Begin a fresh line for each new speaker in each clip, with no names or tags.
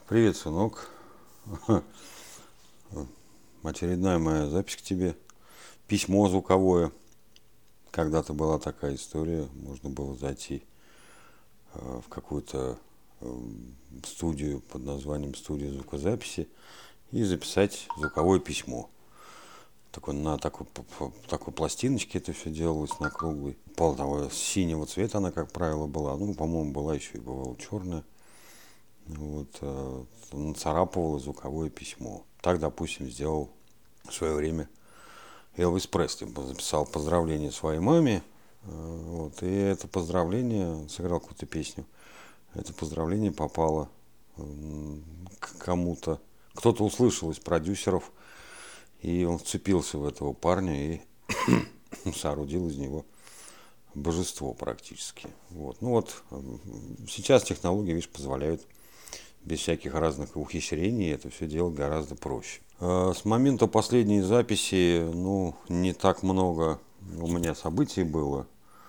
Привет, сынок. Очередная моя запись к тебе. Письмо звуковое. Когда-то была такая история. Можно было зайти в какую-то студию под названием «Студия звукозаписи» и записать звуковое письмо. На такой пластиночке это все делалось, на круглой. Полного синего цвета она, как правило, была. Ну, по-моему, была еще и бывала черная. Нацарапывала звуковое письмо. Так, допустим, сделал в свое время Элвис Пресли. Записал поздравление своей маме. И это поздравление, сыграл какую-то песню. Это поздравление попало к кому-то. Кто-то услышал из продюсеров, и он вцепился в этого парня и соорудил из него божество практически. Сейчас технологии, видишь, позволяют без всяких разных ухищрений это все делать гораздо проще. С момента последней записи, не так много у меня событий было,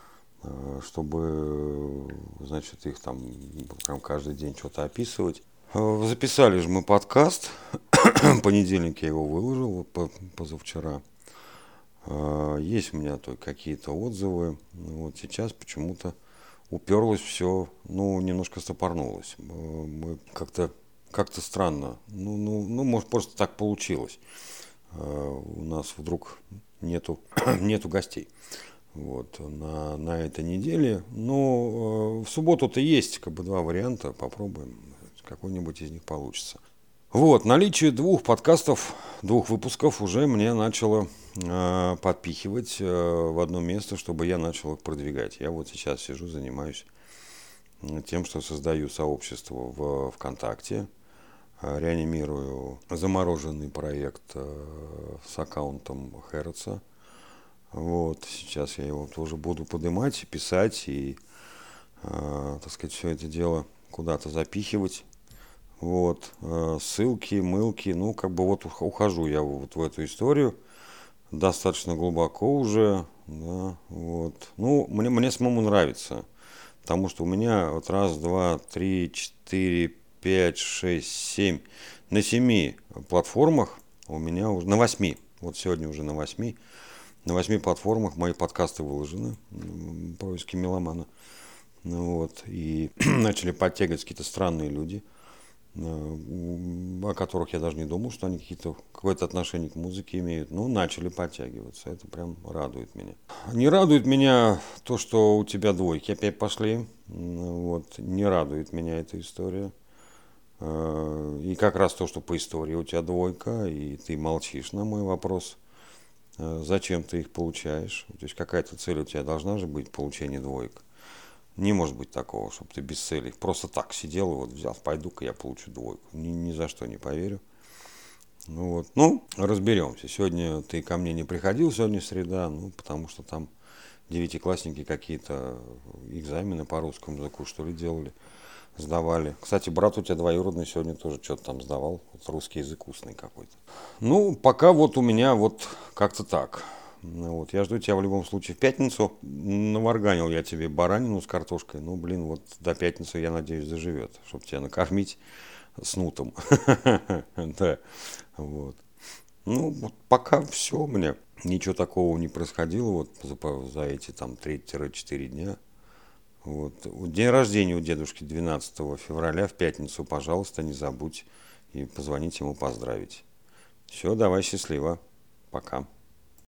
чтобы, значит, их там прям каждый день что-то описывать. Записали же мы подкаст, в понедельник я его выложил, позавчера. Есть у меня какие-то отзывы, сейчас почему-то уперлось все, немножко стопорнулось. Мы как-то странно. Может, просто так получилось. У нас вдруг нету гостей. На этой неделе. Но в субботу-то есть два варианта. Попробуем. Какой-нибудь из них получится. Наличие двух подкастов, двух выпусков уже мне начало подпихивать в одно место, чтобы я начал их продвигать. Я сейчас сижу, занимаюсь тем, что создаю сообщество в ВКонтакте, реанимирую замороженный проект с аккаунтом Хэротса. Сейчас я его тоже буду поднимать, писать и, все это дело куда-то запихивать. Ссылки, мылки, ухожу я в эту историю достаточно глубоко уже, да, мне самому нравится, потому что у меня раз, два, три, четыре, пять, шесть, семь, на 7 платформах у меня уже, на 8, сегодня уже на 8 платформах мои подкасты выложены, поиски меломана, и начали подтягивать какие-то странные люди, о которых я даже не думал, что они какое-то отношение к музыке имеют. Начали подтягиваться. Это прям радует меня. Не радует меня то, что у тебя двойки опять пошли. Не радует меня эта история. И как раз то, что по истории у тебя двойка, и ты молчишь на мой вопрос. Зачем ты их получаешь? То есть какая-то цель у тебя должна же быть, получение двоек. Не может быть такого, чтобы ты без цели просто так сидел и взял, пойду-ка я получу двойку. Ни за что не поверю. Разберемся. Сегодня ты ко мне не приходил, сегодня среда, потому что там девятиклассники какие-то экзамены по русскому языку, что ли, делали, сдавали. Кстати, брат у тебя двоюродный сегодня тоже что-то там сдавал, русский язык устный какой-то. Пока у меня как-то так. Я жду тебя в любом случае в пятницу. Наварганил я тебе баранину с картошкой. До пятницы, я надеюсь, доживет, чтобы тебя накормить снутом. Да. Пока все у меня. Ничего такого не происходило за эти 3-4 дня. День рождения у дедушки 12 февраля в пятницу. Пожалуйста, не забудь и позвонить ему поздравить. Все, давай, счастливо. Пока.